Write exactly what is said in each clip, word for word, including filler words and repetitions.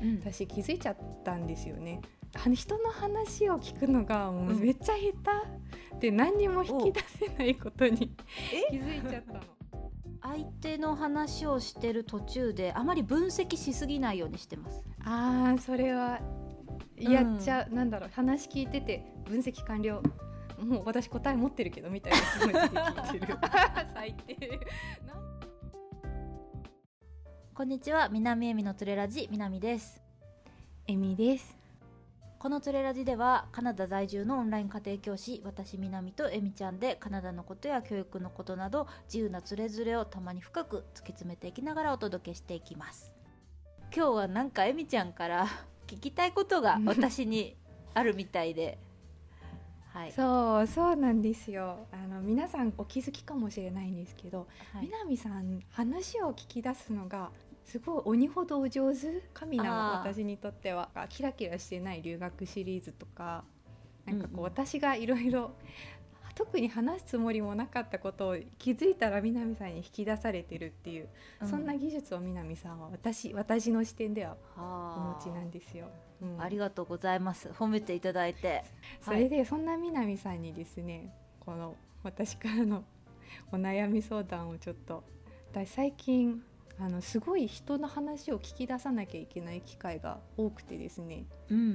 うん、 私気づいちゃったんですよね。あの人の話を聞くのがもうめっちゃ下手で何にも引き出せないことに気づいちゃったの。 相手の話をしてる途中であまり分析しすぎないようにしてます。 あーそれはやっちゃう、うん、なんだろう、話聞いてて分析完了、もう私答え持ってるけどみたいな気持ちで聞いてる最低こんにちは、南恵美のトレラジ、南です。 恵美です。 このトレラジではカナダ在住のオンライン家庭教師、私南と恵美ちゃんでカナダのことや教育のことなど自由なつれづれをたまに深く突き詰めていきながらお届けしていきます。今日はなんか恵美ちゃんから聞きたいことが私にあるみたいではい、 そうそうなんですよ。あの皆さんお気づきかもしれないんですけど、はい、南さん話を聞き出すのがすごい鬼ほどお上手。神なの、私にとっては。キラキラしてない留学シリーズとか、なんかこう、うんうん、私がいろいろ特に話すつもりもなかったことを気づいたら南さんに引き出されてるっていう、うん、そんな技術を南さんは私私の視点ではお持ちなんですよ。 うん、ありがとうございます。褒めていただいて。 それで、はい、そんな南さんにですね、この私からのお悩み相談をちょっと、私最近あのすごい人の話を聞き出さなきゃいけない機会が多くてですね、 うんうんうん、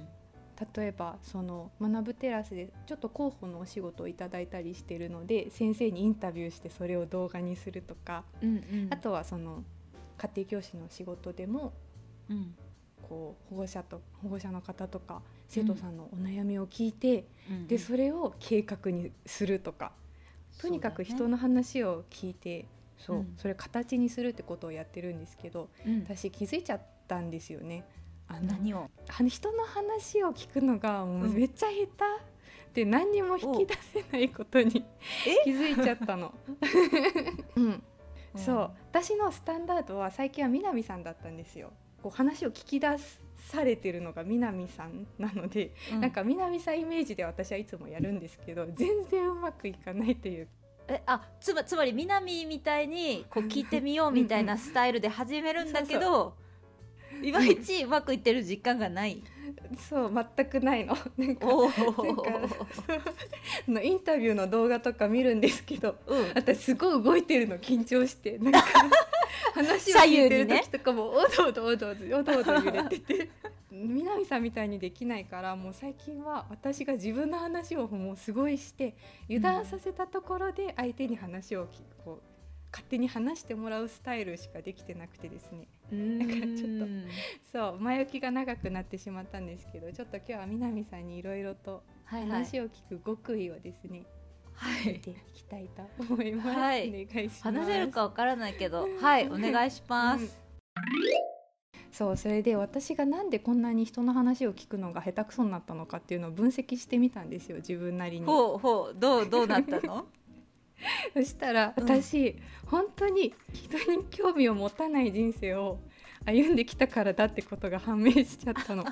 例えばその学ぶテラスでちょっと広報のお仕事をいただいたりしてるので、先生にインタビューしてそれを動画にするとか、うんうん、あとはその家庭教師の仕事でも、うん、こう保護者と保護者の方とか生徒さんのお悩みを聞いて、うん、でそれを計画にするとか、とにかく人の話を聞いて、そう、うん、それ形にするってことをやってるんですけど、うん、私気づいちゃったんですよね。あの何をあの人の話を聞くのがもうめっちゃ下手で何にも引き出せないことに気づいちゃったの、うん、そう、私のスタンダードは最近は南さんだったんですよ。こう話を聞き出されてるのが南さんなので、うん、なんか南さんイメージで私はいつもやるんですけど、全然うまくいかないという。 えあ つ, まつまり南みたいにこう聞いてみようみたいなスタイルで始めるんだけどそうそう、いまいちうまくいってる実感がない。 そう全くないの。なんかなんかのインタビューの動画とか見るんですけど、うん、私すごい動いてるの緊張して、なんか話を聞いてる時とかもおどおどおどおどおどおど揺れてて南さんみたいにできないから、もう最近は私が自分の話をもうすごいして油断させたところで相手に話をこう勝手に話してもらうスタイルしかできてなくてですね、だからちょっとそう前置きが長くなってしまったんですけど、ちょっと今日は南さんにいろいろと話を聞く極意をですね、はい、見ていきたいと思います、はい、お願いします。 話せるかわからないけどはいお願いします、うん、 そう、それで私がなんでこんなに人の話を聞くのが下手くそになったのかっていうのを分析してみたんですよ、自分なりに。 ほうほう、どうどうなったのそしたら私、うん、本当に人に興味を持たない人生を歩んできたからだってことが判明しちゃったの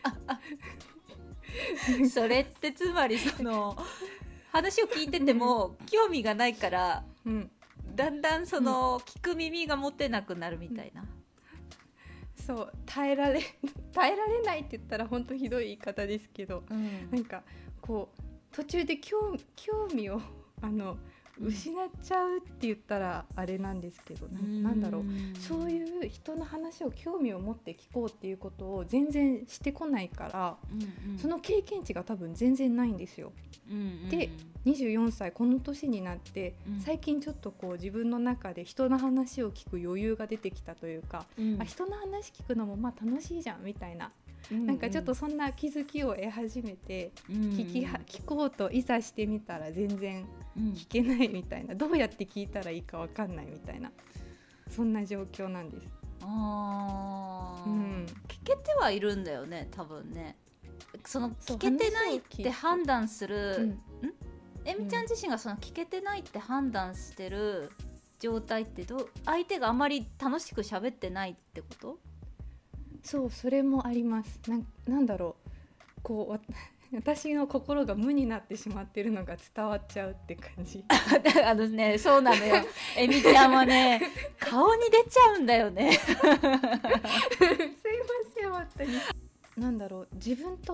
それってつまりその話を聞いてても興味がないから、うん、だんだんその聞く耳が持てなくなるみたいな、うん、 そう耐えられ耐えられないって言ったら本当ひどい言い方ですけど、うん、なんかこう途中で 興, 興味をあの失っちゃうって言ったらあれなんですけど、な, なんだろう、そういう人の話を興味を持って聞こうっていうことを全然してこないから、うんうん、その経験値が多分全然ないんですよ、うんうん、でにじゅうよんさいこの年になって、うん、最近ちょっとこう自分の中で人の話を聞く余裕が出てきたというか、うん、あ人の話聞くのもまあ楽しいじゃんみたいな、うんうん、なんかちょっとそんな気づきを得始めて、うんうん、聞, きは聞こうといざしてみたら全然聞けないみたいな、どうやって聞いたらいいか分かんないみたいな、そんな状況なんです。 あ、うん、聞けてはいるんだよね多分ね。その聞けてないって判断する、うん、んえみちゃん自身がその聞けてないって判断してる状態ってどう、相手があまり楽しく喋ってないってこと？ そう、それもあります。 な, なんだろう、こう私の心が無になってしまってるのが伝わっちゃうって感じあのね、そうなのよえみちゃんはね顔に出ちゃうんだよねすいま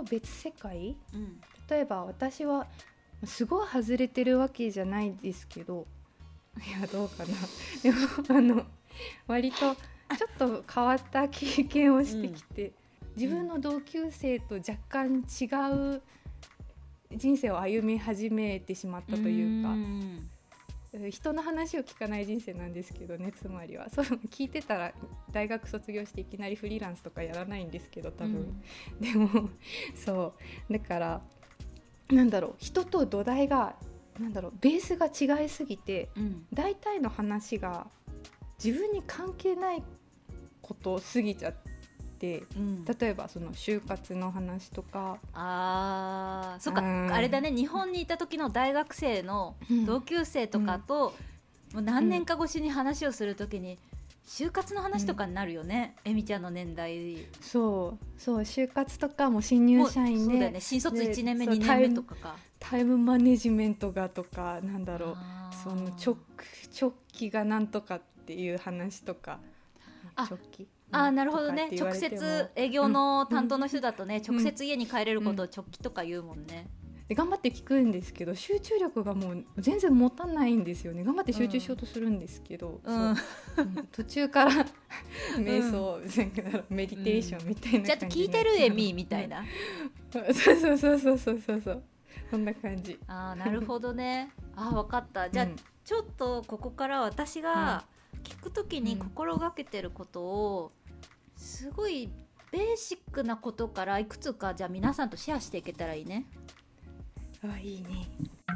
と別世界、 うん、 例えば私はすごい外れてるわけじゃないですけど、いやどうかなでもあの割とちょっと変わった経験をしてきて、うん、自分の同級生と若干違う人生を歩み始めてしまったというか、うん人の話を聞かない人生なんですけどね、つまりはそう聞いてたら大学卒業していきなりフリーランスとかやらないんですけど多分、うん、でもそうだからなんだろう、人と土台がなんだろうベースが違いすぎて、うん、大体の話が自分に関係ないことを過ぎちゃって、うん、例えばその就活の話とか、 あそっか、うん、あれだね、日本にいた時の大学生の同級生とかと、うん、もう何年か越しに話をする時に、就活の話とかになるよね、うん、えみちゃんの年代。 そうそう、就活とかも新入社員で、 そうだよね、新卒いちねんめにねんめとかか、 タイムマネジメントがとか、なんだろう、その直直帰がなんとかっていう話とか、 あ直帰あなるほどね、直接営業の担当の人だとね、うん、直接家に帰れることを直帰とか言うもんね、 うん、で頑張って聞くんですけど集中力がもう全然持たないんですよね。頑張って集中しようとするんですけど、うん、そう、うん、途中から瞑想、うん、メディテーションみたいな感じ、うん、 ちゃんと聞いてるエミみたいな、うん、 そうそうそうそうそうそうそうそんな感じ。 あなるほどねあ分かった。じゃあ、うん、ちょっとここから私が聞くときに心がけてることを、すごいベーシックなことからいくつかじゃあ皆さんとシェアしていけたらいいね。 あいいね。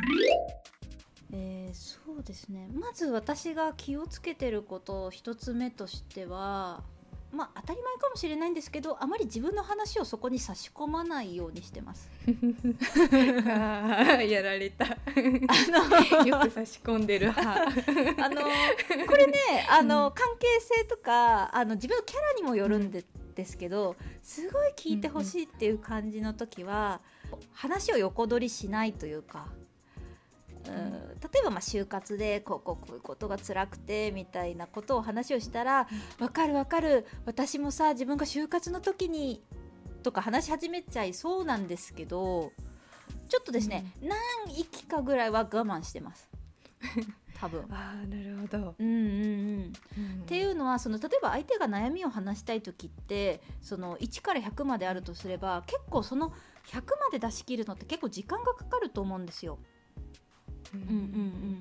えー、そうですね、まず私が気をつけてること一つ目としては、まあ当たり前かもしれないんですけど、あまり自分の話をそこに差し込まないようにしてますあやられたあのよく差し込んでる派あのこれねあの、うん、関係性とかあの自分のキャラにもよるんで、うん、ですけど、すごい聞いてほしいっていう感じの時は、うんうん、話を横取りしないというか、うん、例えばまあ就活でこうこうこういうことが辛くてみたいなことを話をしたら、わかるわかる、私もさ自分が就活の時にとか話し始めちゃいそうなんですけど、ちょっとですね、うん、何息かぐらいは我慢してます多分。 あーなるほど、 うんうんうんうん、っていうのはその例えば相手が悩みを話したい時ってそのいちからひゃくまであるとすれば、結構そのひゃくまで出し切るのって結構時間がかかると思うんですよ。うんうんうん、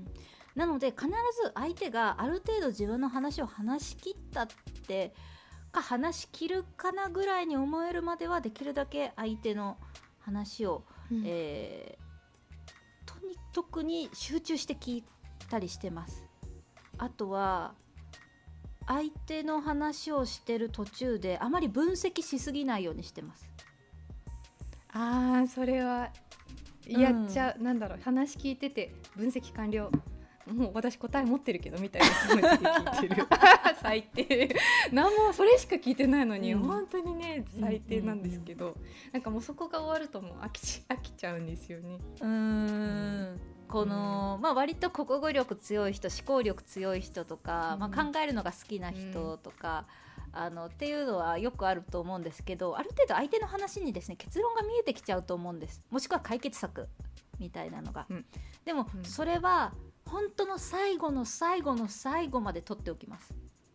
なので必ず相手がある程度自分の話を話し切ったってか話し切るかなぐらいに思えるまではできるだけ相手の話を、うんえー、とに特に集中して聞いたりしてます。あとは相手の話をしてる途中であまり分析しすぎないようにしてます。 あーそれはやっちゃう、うん、なんだろう、話聞いてて分析完了、もう私答え持ってるけどみたいな気持ちで聞いてる最低何もそれしか聞いてないのに、うん、本当にね最低なんですけど、うんうんうん、なんかもうそこが終わるともう飽きち、飽きちゃうんですよね。 うーんこの、うんまあ、割と国語力強い人、思考力強い人とか、うんまあ、考えるのが好きな人とか、うん、あのっていうのはよくあると思うんですけど、ある程度相手の話にですね結論が見えてきちゃうと思うんです。もしくは解決策みたいなのが、うん、でも、うん、それは本当の最後の最後の最後まで取っておきます。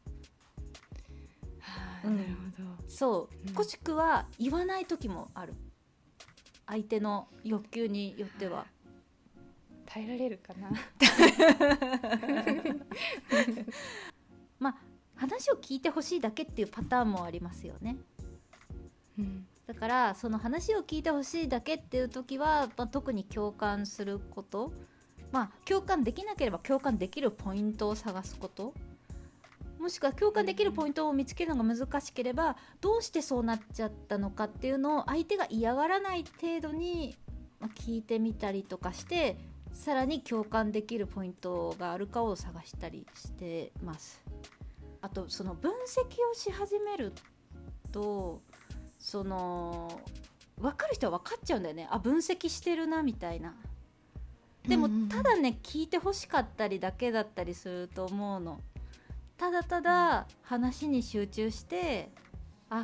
はあ、うん、なるほど。 そう、うん、もしくは言わない時もある。相手の欲求によっては耐えられるかなまあ話を聞いてほしいだけっていうパターンもありますよね、うん、だからその話を聞いてほしいだけっていう時は、まあ、特に共感すること、まあ共感できなければ共感できるポイントを探すこと、もしくは共感できるポイントを見つけるのが難しければ、どうしてそうなっちゃったのかっていうのを相手が嫌がらない程度に聞いてみたりとかして、さらに共感できるポイントがあるかを探したりしてます。あとその分析をし始めると、その分かる人は分かっちゃうんだよね。あ、分析してるなみたいな。でもただね、聞いてほしかったりだけだったりすると思うの。ただただ話に集中して、あ、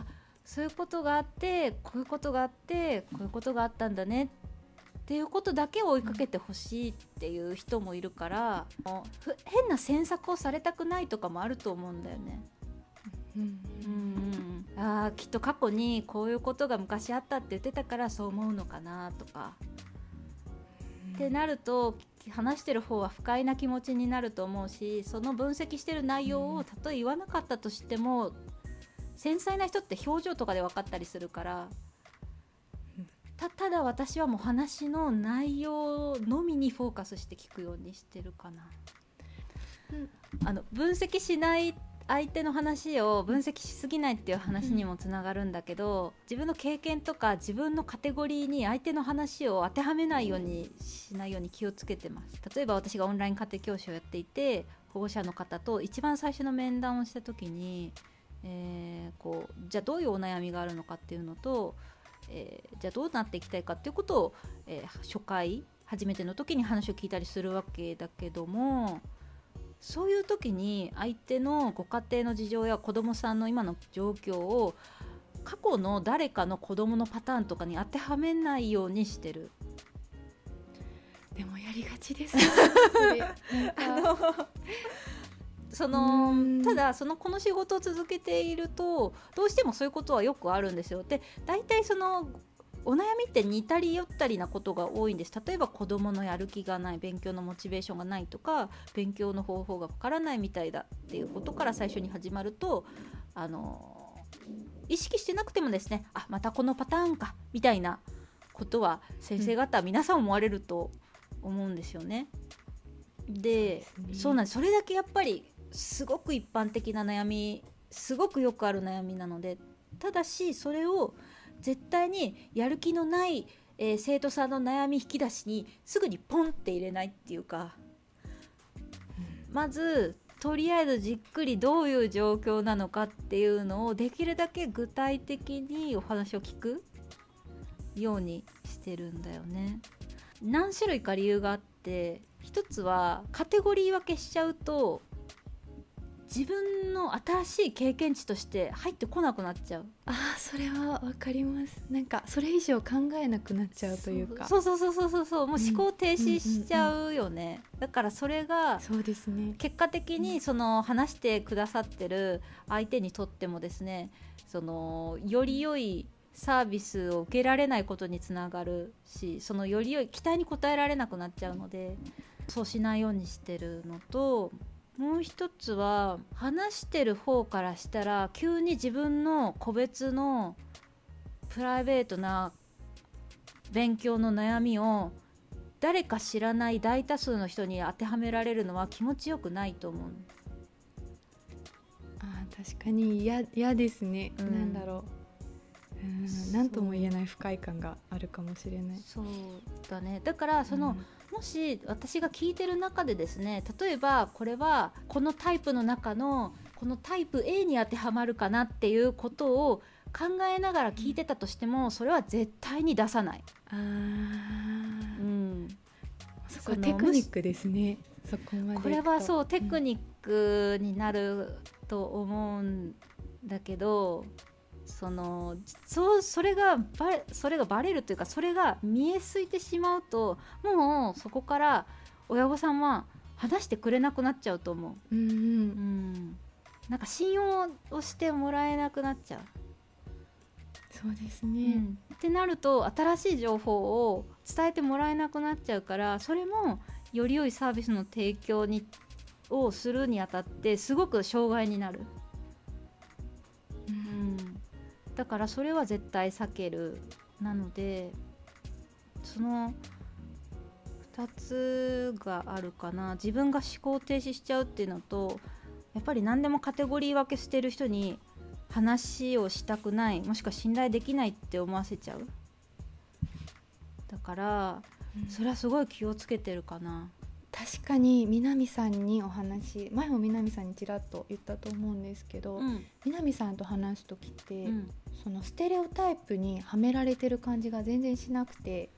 そういうことがあってこういうことがあってこういうことがあったんだねっていうことだけを追いかけてほしいっていう人もいるから、うん、変な詮索をされたくないとかもあると思うんだよね。うんうんうん、あきっと過去にこういうことが昔あったって言ってたからそう思うのかなとか、うん、ってなると話してる方は不快な気持ちになると思うし、その分析してる内容をたとえ言わなかったとしても、うん、繊細な人って表情とかで分かったりするから、うん、た, ただ私はもう話の内容のみにフォーカスして聞くようにしてるかな、うん、あの分析しない相手の話を分析しすぎないっていう話にもつながるんだけど、自分の経験とか自分のカテゴリーに相手の話を当てはめないようにしないように気をつけてます。例えば私がオンライン家庭教師をやっていて、保護者の方と一番最初の面談をした時に、えー、こうじゃあどういうお悩みがあるのかっていうのと、えー、じゃあどうなっていきたいかっていうことを、えー、初回初めての時に話を聞いたりするわけだけども、そういう時に相手のご家庭の事情や子どもさんの今の状況を過去の誰かの子どものパターンとかに当てはめないようにしてる。 でもやりがちですあのそのただそのこの仕事を続けているとどうしてもそういうことはよくあるんですよ。で、大体そのお悩みって似たり寄ったりなことが多いんです。例えば子どものやる気がない、勉強のモチベーションがないとか、勉強の方法がわからないみたいだっていうことから最初に始まると、あの意識してなくてもですね、あまたこのパターンかみたいなことは先生方、うん、皆さん思われると思うんですよね。で、そうですね。そうなんです。それだけやっぱりすごく一般的な悩み、すごくよくある悩みなので、ただしそれを絶対にやる気のない、えー、生徒さんの悩み引き出しにすぐにポンって入れないっていうか、うん、まずとりあえずじっくりどういう状況なのかっていうのをできるだけ具体的にお話を聞くようにしてるんだよね。何種類か理由があって、一つはカテゴリー分けしちゃうと自分の新しい経験値として入ってこなくなっちゃう。 ああ、それはわかります。なんかそれ以上考えなくなっちゃうというか、 そうそうそうそうそうそう、もう思考停止しちゃうよね、うんうんうんうん、だからそれがそうですね、 結果的にその話してくださってる相手にとってもですね、そのより良いサービスを受けられないことにつながるし、そのより良い期待に応えられなくなっちゃうので、そうしないようにしてるのと、もう一つは話してる方からしたら急に自分の個別のプライベートな勉強の悩みを誰か知らない大多数の人に当てはめられるのは気持ちよくないと思う。 あ、確かに嫌ですね、うん、なんだろう、うん、なんとも言えない不快感があるかもしれない。 そうだね。だからその、うんもし私が聞いてる中でですね、例えばこれはこのタイプの中のこのタイプ エー に当てはまるかなっていうことを考えながら聞いてたとしても、それは絶対に出さない。あ、うん、 そこはテクニックですね。そこまでこれはそうテクニックになると思うんだけど、そのそうそれがバレそれがバレるというか、それが見えすいてしまうと、もうそこから親御さんは話してくれなくなっちゃうと思う。うんうん、うん、なんか信用をしてもらえなくなっちゃう。 そうですね、うん、 ってなると新しい情報を伝えてもらえなくなっちゃうから、それもより良いサービスの提供にをするにあたってすごく障害になる。だからそれは絶対避ける。なのでそのふたつがあるかな。自分が思考停止しちゃうっていうのと、やっぱり何でもカテゴリー分けしてる人に話をしたくない、もしくは信頼できないって思わせちゃう。だから、うん、それはすごい気をつけてるかな。 確かに南さんにお話、前も南さんにちらっと言ったと思うんですけど、うん、南さんと話すときって、うん、そのステレオタイプにはめられてる感じが全然しなくて、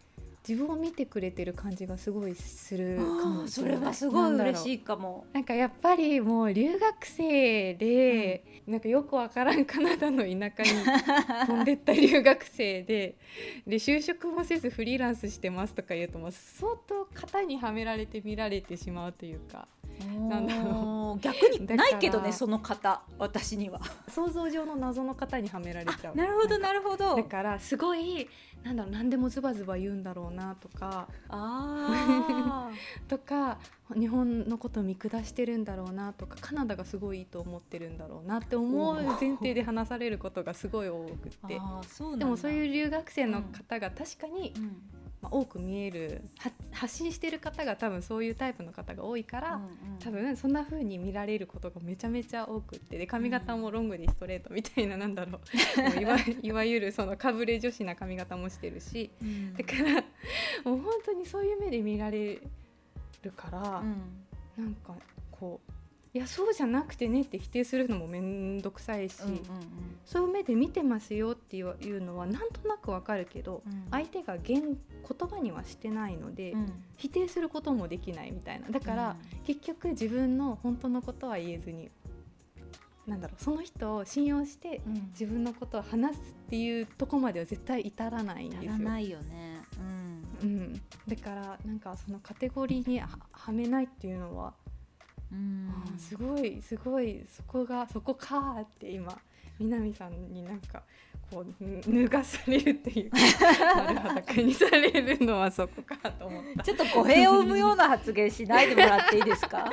自分を見てくれてる感じがすごいするかもしれない。 それはすごい嬉しいかも。 なんかやっぱりもう留学生で、うん、なんかよくわからんカナダの田舎に飛んでった留学生でで就職もせずフリーランスしてますとか言うともう相当型にはめられて見られてしまうというか、 なんだろう、逆にないけどね、その方私には想像上の謎の型にはめられちゃう。 なるほどなるほど。 だからすごいなんだろう、何でもズバズバ言うんだろうなとかあとか日本のことを見下してるんだろうなとか、カナダがすごいいいと思ってるんだろうなって思う前提で話されることがすごい多くて、 あそうなんだ。 でもそういう留学生の方が確かに、 うんまあ、多く見える、発信してる方が多分そういうタイプの方が多いから、うんうん、多分そんな風に見られることがめちゃめちゃ多くって、で髪型もロングでストレートみたいな、なんだろうもういわ、いわゆるそのかぶれ女子な髪型もしてるし、うん、だからもう本当にそういう目で見られるから、うん、なんかこういやそうじゃなくてねって否定するのもめんどくさいし、うんうんうん、そういう目で見てますよっていうのはなんとなくわかるけど、うん、相手が言, 言葉にはしてないので、うん、否定することもできないみたいな。だから、うん、結局自分の本当のことは言えずに、なんだろう、その人を信用して、うん、自分のことを話すっていうとこまでは絶対至らないんですよ。 至らないよね、 うんうん、だからなんかそのカテゴリーに は, はめないっていうのはうん、すごいすごいそこがそこかって今南さんになんかこう脱がされるっていう丸裸にされるのはそこかと思った。 ちょっと語弊を生むような発言しないでもらっていいですか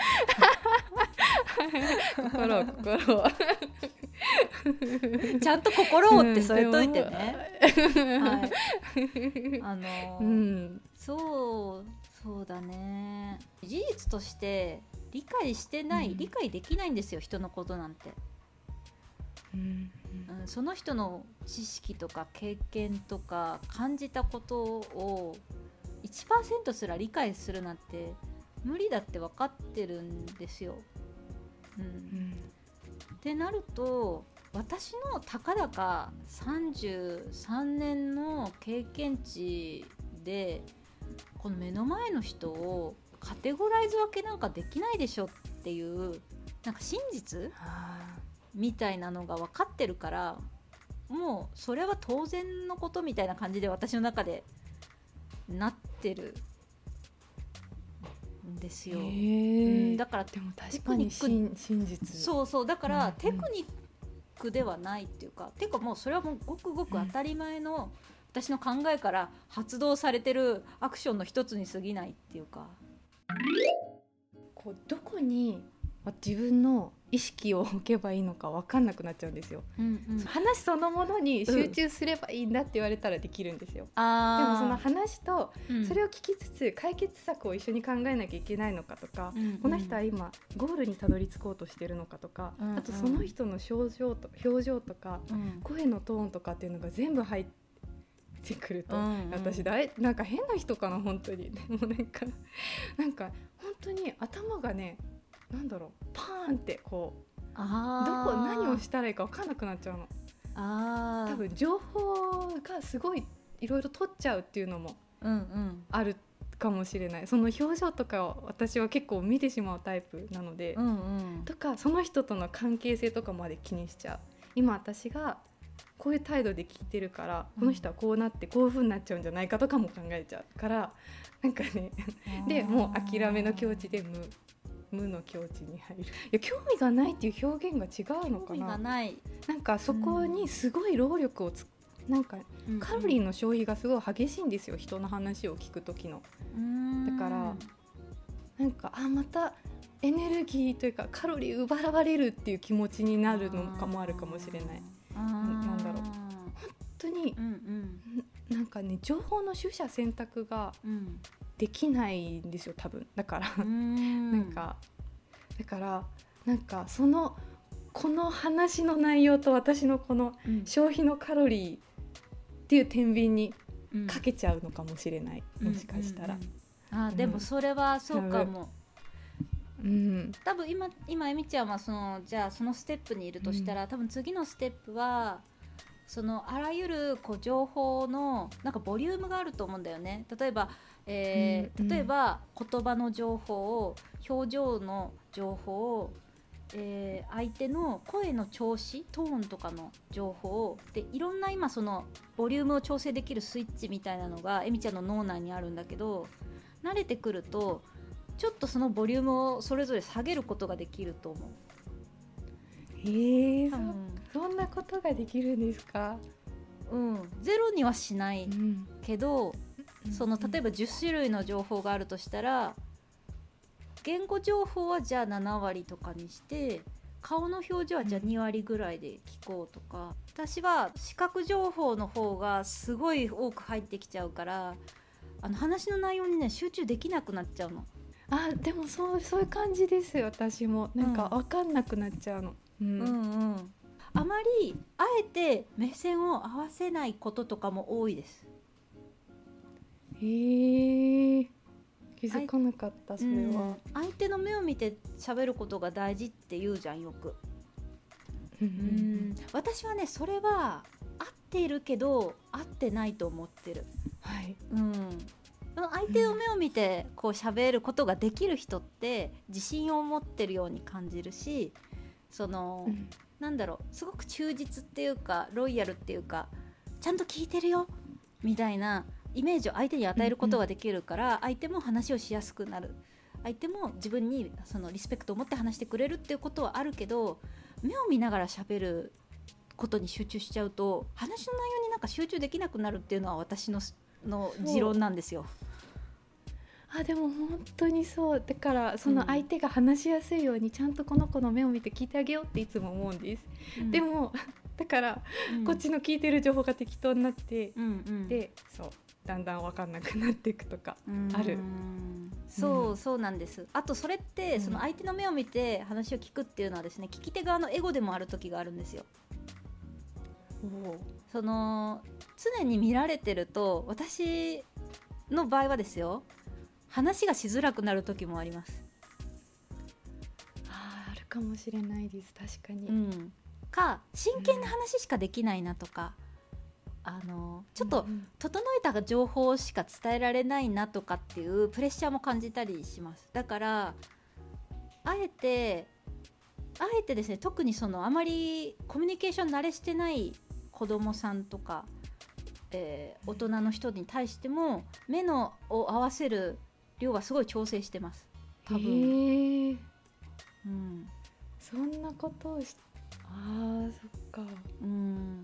心を心をちゃんと心をって添えといてね、うんはい、あの、うん、そうそうだね、事実として理解してない、うん、理解できないんですよ、人のことなんて、うんうん、その人の知識とか経験とか感じたことを いちパーセント すら理解するなんて無理だって分かってるんですよ、うんうん、ってなると私のたかだかさんじゅうさんねんの経験値でこの目の前の人をカテゴライズ分けなんかできないでしょっていうなんか真実みたいなのが分かってるから、もうそれは当然のことみたいな感じで私の中でなってるんですよ、うん、だからでも確かに真実そうそうだからテクニックではないっていうか、うんうん、ていうかもうそれはもうごくごく当たり前の私の考えから発動されてるアクションの一つに過ぎないっていうか、 こうどこに自分の意識を置けばいいのか分かんなくなっちゃうんですよ、うんうん、話そのものに集中すればいいんだって言われたらできるんですよ、うん、でもその話とそれを聞きつつ解決策を一緒に考えなきゃいけないのかとか、うんうん、この人は今ゴールにたどり着こうとしてるのかとか、うんうん、あとその人の症状と表情とか、うん、声のトーンとかっていうのが全部入っててくると、うんうん、私だいなんか変な人かな本当に。でもなんかなんか本当に頭がね、なんだろう、パーンってこうあどこ何をしたらいいか分かんなくなっちゃうの。あ多分情報がすごいいろいろ取っちゃうっていうのもあるかもしれない、うんうん、その表情とかを私は結構見てしまうタイプなので、うんうん、とかその人との関係性とかまで気にしちゃう。今私がこういう態度で聞いてるから、うん、この人はこうなってこういう風になっちゃうんじゃないかとかも考えちゃうからなんかねでもう諦めの境地で無無の境地に入る。いや興味がないっていう表現が違うのかな。興味がない、なんかそこにすごい労力をつなんかカロリーの消費がすごい激しいんですよ、人の話を聞く時の。だからなんかあまたエネルギーというかカロリー奪われるっていう気持ちになるのかもあるかもしれない。なんだろう、本当に、うんうん、なんかね情報の取捨選択ができないんですよ多分。だからなんかだからなんかそのこの話の内容と私のこの消費のカロリーっていう天秤にかけちゃうのかもしれない、うん、もしかしたら、うんうんうん、あでもそれはそうかも、 うん、 多分今今えみちゃんはそのじゃあそのステップにいるとしたら、うん、多分次のステップはそのあらゆるこう情報のなんかボリュームがあると思うんだよね。例えば、えーうんうん、例えば言葉の情報を、表情の情報を、えー、相手の声の調子、トーンとかの情報で、いろんな今そのボリュームを調整できるスイッチみたいなのがえみちゃんの脳内にあるんだけど、慣れてくるとちょっとそのボリュームをそれぞれ下げることができると思う。 へえ、うん、そ, そんなことができるんですか？ うん、ゼロにはしないけど、うん、その例えばじゅっしゅるいの情報があるとしたら、言語情報はじゃあななわりとかにして、顔の表情はじゃあにわりぐらいで聞こうとか、うん、私は視覚情報の方がすごい多く入ってきちゃうから、あの話の内容にね集中できなくなっちゃうの。 あ、でもそう、そういう感じですよ。私もなんか分かんなくなっちゃうの、うん、うんうん、 あまりあえて目線を合わせないこととかも多いです。 へえ、気づかなかった。それは、うん、 相手の目を見て喋ることが大事って言うじゃん、よく。うん、私はねそれは合っているけど合ってないと思ってる。 はい、 うん、相手の目を見てこう喋ることができる人って自信を持ってるように感じるし、その、うん、なんだろう、すごく忠実っていうかロイヤルっていうか、ちゃんと聞いてるよみたいなイメージを相手に与えることができるから、うんうん、相手も話をしやすくなる、相手も自分にそのリスペクトを持って話してくれるっていうことはあるけど、目を見ながら喋ることに集中しちゃうと話の内容になんか集中できなくなるっていうのは私のの持論なんですよ。 あ、でも本当にそう。だからその相手が話しやすいようにちゃんとこの子の目を見て聞いてあげようっていつも思うんです、うん、でもだから、うん、こっちの聞いてる情報が適当になって、うんうん、でそうだんだん分かんなくなっていくとかある。 そう、うん、そうなんです。あとそれって、うん、その相手の目を見て話を聞くっていうのはですね、聞き手側のエゴでもある時があるんですよ。その常に見られてると、私の場合はですよ、話がしづらくなる時もあります。 あ、あるかもしれないです。確かに、 うん、か真剣な話しかできないなとか、うん、あのちょっと整えた情報しか伝えられないなとかっていうプレッシャーも感じたりします。だからあえてあえてですね、特にそのあまりコミュニケーション慣れしてない子供さんとか、えー、大人の人に対しても目のを合わせる量はすごい調整してます。多分。へー、 うん、そんなことをし、あー、そっか。 うん。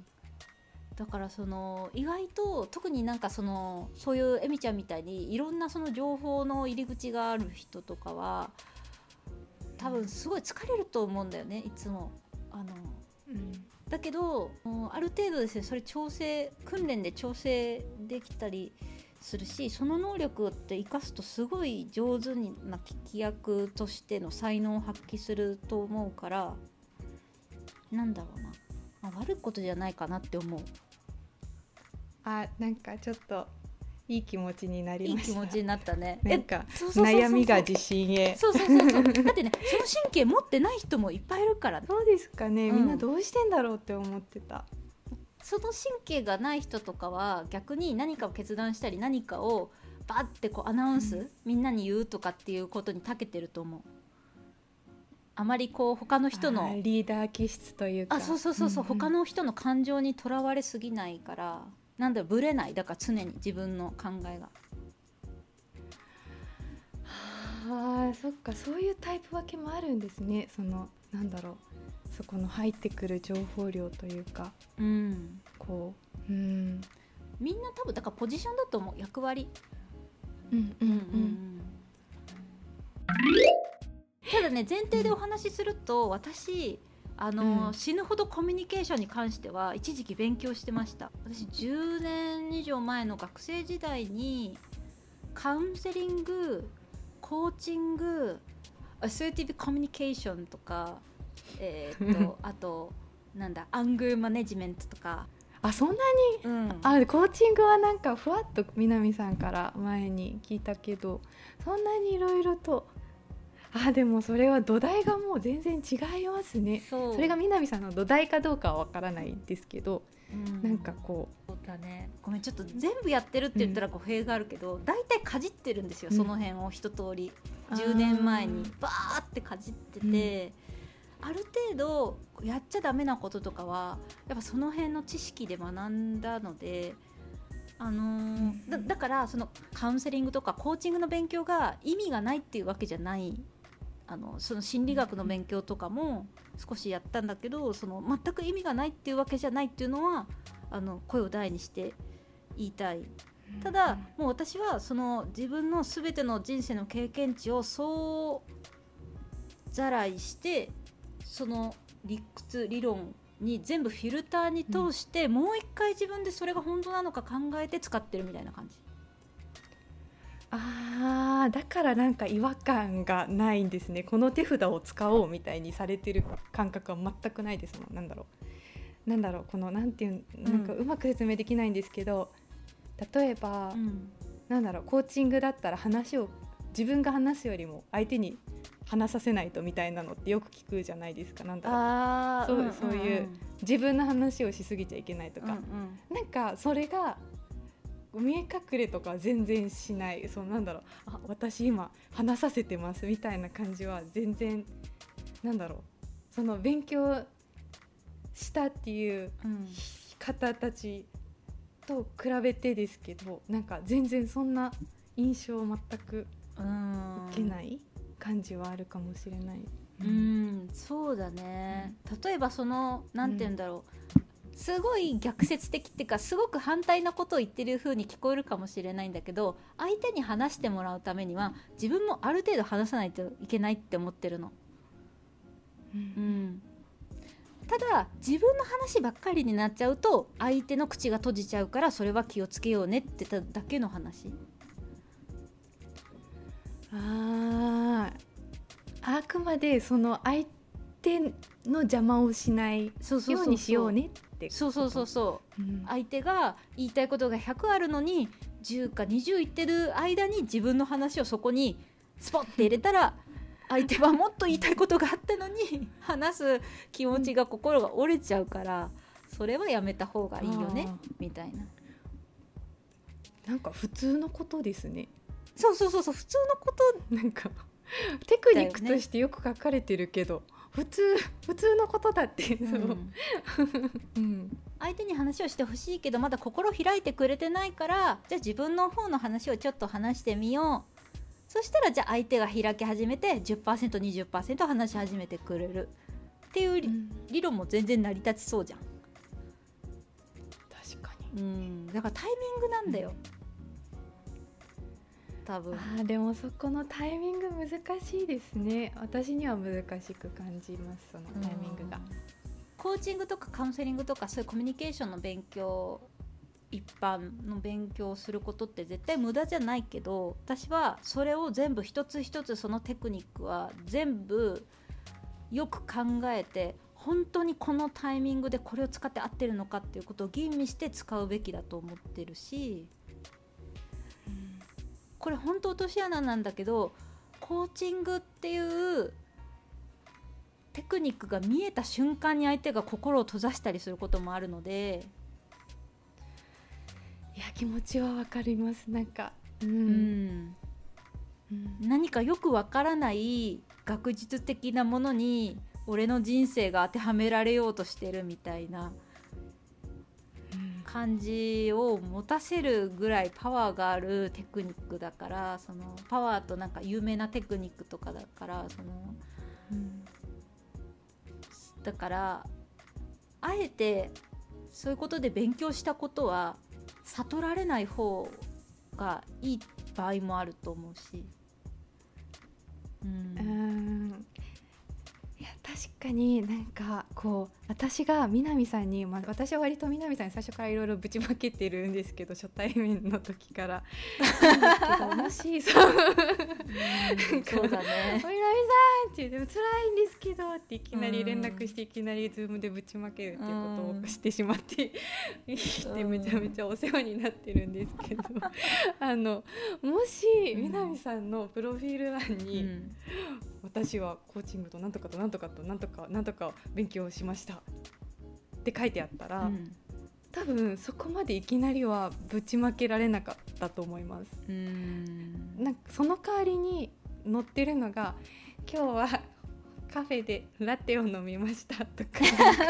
だからその意外と特になんかそのそういうエミちゃんみたいにいろんなその情報の入り口がある人とかは多分すごい疲れると思うんだよね、いつも。あの、うん、だけどある程度ですね、それ調整訓練で調整できたりするし、その能力って生かすとすごい上手な聞き役としての才能を発揮すると思うから、なんだろうな、まあ、悪いことじゃないかなって思う。 あ、なんかちょっといい気持ちになりました。 いい気持ちになったね。 なんか悩みが自信へ。 そうそうそうそう。だってね、その神経持ってない人もいっぱいいるから。 そうですかね、うん、みんなどうしてんだろうって思ってた。 その神経がない人とかは逆に何かを決断したり何かをバッてこうアナウンス、うん、みんなに言うとかっていうことに長けてると思う。あまりこう他の人のリーダー気質というか、 あ、そうそうそうそう、うんうん、他の人の感情にとらわれすぎないから、なんだろう、ぶれない。だから常に自分の考えが。 はあ、そっか、そういうタイプ分けもあるんですね。そのなんだろう、そこの入ってくる情報量というか、うん、こう、うん、 みんな多分だからポジションだと思う、役割。 うんうんうん、うん、 ただね、前提でお話しすると、私あの、うん、死ぬほどコミュニケーションに関しては一時期勉強してました。私じゅうねん以上前の学生時代にカウンセリング、コーチング、アサーティブコミュニケーションとか、えー、っとあとなんだ、アングルマネジメントとか。 あ、そんなに、うん、あ、コーチングはなんかふわっと南さんから前に聞いたけど、そんなにいろいろと。あ、でもそれは土台がもう全然違いますね。 そ, それが南さんの土台かどうかはわからないですけど、 うん、 なんかこうそうだね、ごめんちょっと全部やってるって言ったら語弊があるけど、だいたいかじってるんですよ、うん、その辺を一通りじゅうねんまえにバーってかじってて、うん、ある程度やっちゃダメなこととかはやっぱその辺の知識で学んだので、あのーうん、だ, だからそのカウンセリングとかコーチングの勉強が意味がないっていうわけじゃない、あのその心理学の勉強とかも少しやったんだけど、その全く意味がないっていうわけじゃないっていうのはあの声を大にして言いたい。ただもう私はその自分の全ての人生の経験値をそうざらいして、その理屈理論に全部フィルターに通して、うん、もう一回自分でそれが本当なのか考えて使ってるみたいな感じ。 あー、だからなんか違和感がないんですね。この手札を使おうみたいにされてる感覚は全くないですもん。なんだろうなんだろうこのなんていうなんかうまく説明できないんですけど、例えば、うん、なんだろうコーチングだったら話を自分が話すよりも相手に話させないとみたいなのってよく聞くじゃないですか。なんだろうあそう、うんうんうん、そういう自分の話をしすぎちゃいけないとか、うんうん、なんかそれが見え隠れとか全然しない。そうなんだろうあ私今話させてますみたいな感じは全然なんだろうその勉強したっていう方たちと比べてですけど、なんか全然そんな印象を全く受けない感じはあるかもしれない。 うん、うん、そうだね、うん、例えばそのなんて言うんだろう、うん、すごい逆説的っていうかすごく反対なことを言ってる風に聞こえるかもしれないんだけど、相手に話してもらうためには自分もある程度話さないといけないって思ってるの、うんうん、ただ自分の話ばっかりになっちゃうと相手の口が閉じちゃうから、それは気をつけようねってただけの話。 ああくまでその相手の邪魔をしないようにしようねってそうそうそうそう、うん、相手が言いたいことがひゃくあるのにじゅうかにじゅう言ってる間に自分の話をそこにスポッて入れたら相手はもっと言いたいことがあったのに話す気持ちが心が折れちゃうから、それはやめた方がいいよねみたいな。 なんか普通のことですね。 そうそうそうそう普通のこと。 なんかテクニックとしてよく書かれてるけど、ね、普通普通のことだっていう、うんうん、相手に話をしてほしいけどまだ心開いてくれてないから、じゃあ自分の方の話をちょっと話してみよう。そしたらじゃあ相手が開き始めて じゅっパーセントにじゅっパーセント 話し始めてくれるっていう理、うん、理論も全然成り立ちそうじゃん。 確かに、 うん、だからタイミングなんだよ、うん、多分。 あでもそこのタイミング難しいですね。私には難しく感じます、そのタイミングが。 コーチングとかカウンセリングとかそういうコミュニケーションの勉強、一般の勉強をすることって絶対無駄じゃないけど、私はそれを全部一つ一つそのテクニックは全部よく考えて、本当にこのタイミングでこれを使って合ってるのかっていうことを吟味して使うべきだと思ってるし、うん、これ本当落とし穴なんだけど、コーチングっていうテクニックが見えた瞬間に相手が心を閉ざしたりすることもあるので、 いや気持ちはわかります。なんか、うんうんうん、何かよくわからない学術的なものに俺の人生が当てはめられようとしてるみたいな感じを持たせるぐらいパワーがあるテクニックだから、そのパワーとなんか有名なテクニックとかだから、その、うん、だからあえてそういうことで勉強したことは悟られない方がいい場合もあると思うし、 うん、うんいや確かになんかこう私が南さんに、まあ、私は割と南さんに最初からいろいろぶちまけてるんですけど、初対面の時からなんですけどもしそう、うん、 そうだね南さんってでも辛いんですけどっていきなり連絡していきなりズームでぶちまけるっていうことをしてしまっていて、めちゃめちゃお世話になってるんですけどあのもし南さんのプロフィール欄に、うん、私はコーチングとなんとかとなんとかとなんとかなんとか勉強しましたって書いてあったら、うん、 多分そこまでいきなりはぶちまけられなかったと思います。 うーんなんかその代わりに載ってるのが今日はカフェでラテを飲みましたとか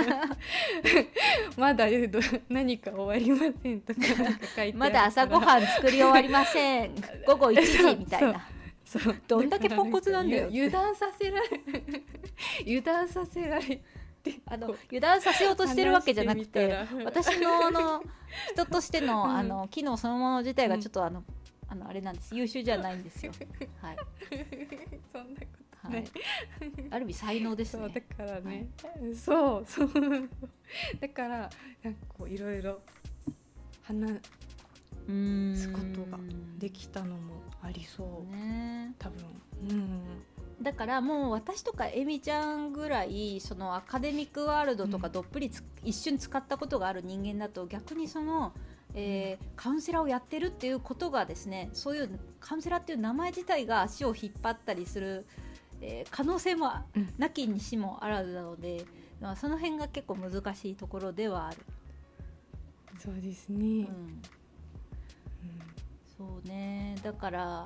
まだ何か終わりませんとかなんか書いてあるからまだ朝ごはん作り終わりません午後いちじみたいなそうそうどんだけポンコツなんだよ油断させられ油断させられてあの油断させようとしてるわけじゃなくて私のあの人としての、うん、あの機能そのもの自体がちょっとあの、うん、あのあれなんです優秀じゃないんですよはいそんなことね、はい、 ある意味才能ですね。 そうだからね、はい、そうそうだからなんかこういろいろ話すことができたのもありそうね多分、うん、 だからもう私とかエミちゃんぐらいそのアカデミックワールドとかどっぷりつ、うん、一瞬使ったことがある人間だと逆にそのえー、カウンセラーをやってるっていうことがですねそういうカウンセラーっていう名前自体が足を引っ張ったりする、えー、可能性もなきにしもあらずなので、まあ、その辺が結構難しいところではある。 そうですね、うんうん、そうねだから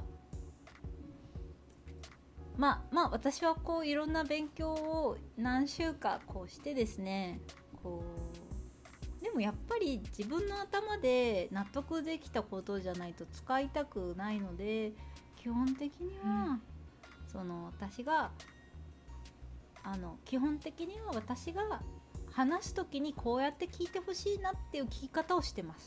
まあまあ私はこういろんな勉強を何週かこうしてですねこうでもやっぱり自分の頭で納得できたことじゃないと使いたくないので基本的には、うん、その私があの基本的には私が話すときにこうやって聞いてほしいなっていう聞き方をしてます。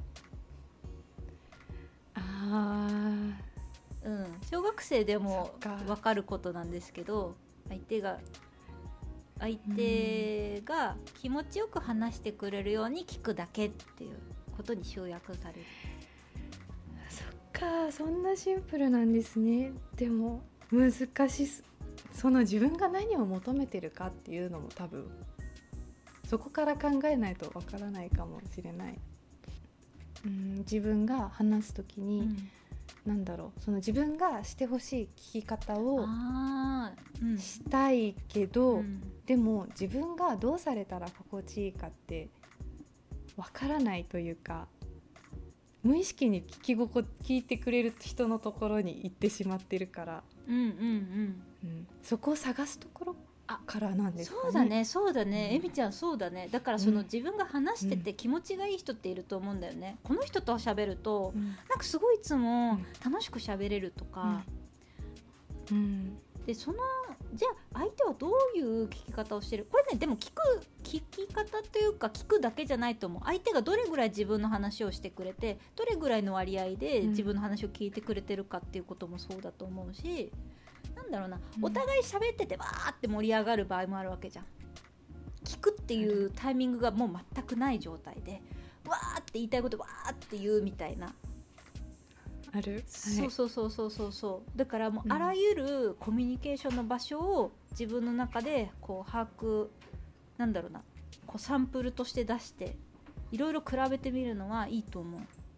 あー、うん、小学生でも分かることなんですけど相手が相手が気持ちよく話してくれるように聞くだけっていうことに集約される。 そっかそんなシンプルなんですね。でも難しいその自分が何を求めてるかっていうのも多分そこから考えないとわからないかもしれない。うん自分が話すときに、うんなんだろうその自分がしてほしい聞き方をしたいけど、うん、でも自分がどうされたら心地いいかってわからないというか無意識に聞き心聞いてくれる人のところに行ってしまってるから、 うんうんうんうん、そこを探すところからなんですかね。 そうだねそうだね、うん、エミちゃんそうだねだからその、うん、自分が話してて気持ちがいい人っていると思うんだよね、うん、この人と喋ると、うん、なんかすごいいつも楽しく喋れるとか、 うんうん、 でそのじゃあ相手はどういう聞き方をしてるこれねでも聞く聞き方というか聞くだけじゃないと思う。相手がどれぐらい自分の話をしてくれてどれぐらいの割合で自分の話を聞いてくれてるかっていうこともそうだと思うし、なんだろうな、お互い喋っててわーって盛り上がる場合もあるわけじゃん。聞くっていうタイミングがもう全くない状態でわーって言いたいことわーって言うみたいなある、 そうそうそうそうそうそうだからもうあらゆるコミュニケーションの場所を自分の中でこう把握なんだろうなこうサンプルとして出していろいろ比べてみるのはいいと思う。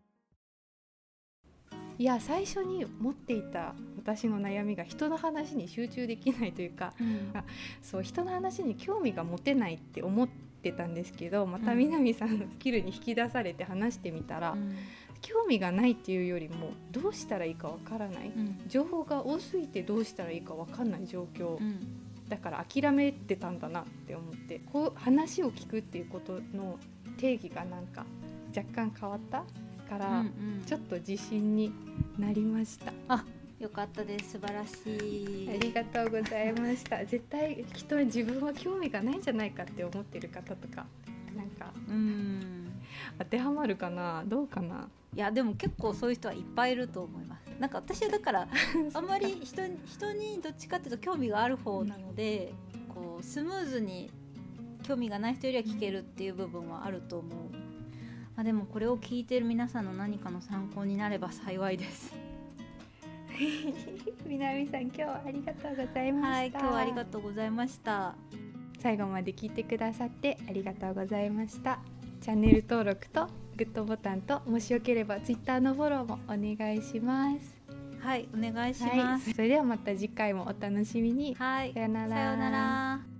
いや最初に持っていた私の悩みが人の話に集中できないというか、うん、あそう人の話に興味が持てないって思ってたんですけどまた南さんのスキルに引き出されて話してみたら、うん、興味がないっていうよりもどうしたらいいかわからない、うん、情報が多すぎてどうしたらいいかわかんない状況、うん、だから諦めてたんだなって思ってこう話を聞くっていうことの定義がなんか若干変わったから、うんうん、ちょっと自信になりました。 あ、よかったです。素晴らしい。 ありがとうございました絶対人に自分は興味がないんじゃないかって思ってる方とかなんかうん当てはまるかなどうかな。 いやでも結構そういう人はいっぱいいると思います。なんか私はだからあんまり 人, 人にどっちかっていうと興味がある方なので、うん、こうスムーズに興味がない人よりは聞けるっていう部分はあると思う。まあ、でもこれを聞いている皆さんの何かの参考になれば幸いです南さん今日はありがとうございました。 はい、今日はありがとうございました。 最後まで聞いてくださってありがとうございました。チャンネル登録とグッドボタンともしよければツイッターのフォローもお願いします。 はい、お願いします、 はい、それではまた次回もお楽しみに。 はい、 さよなら。 さよなら。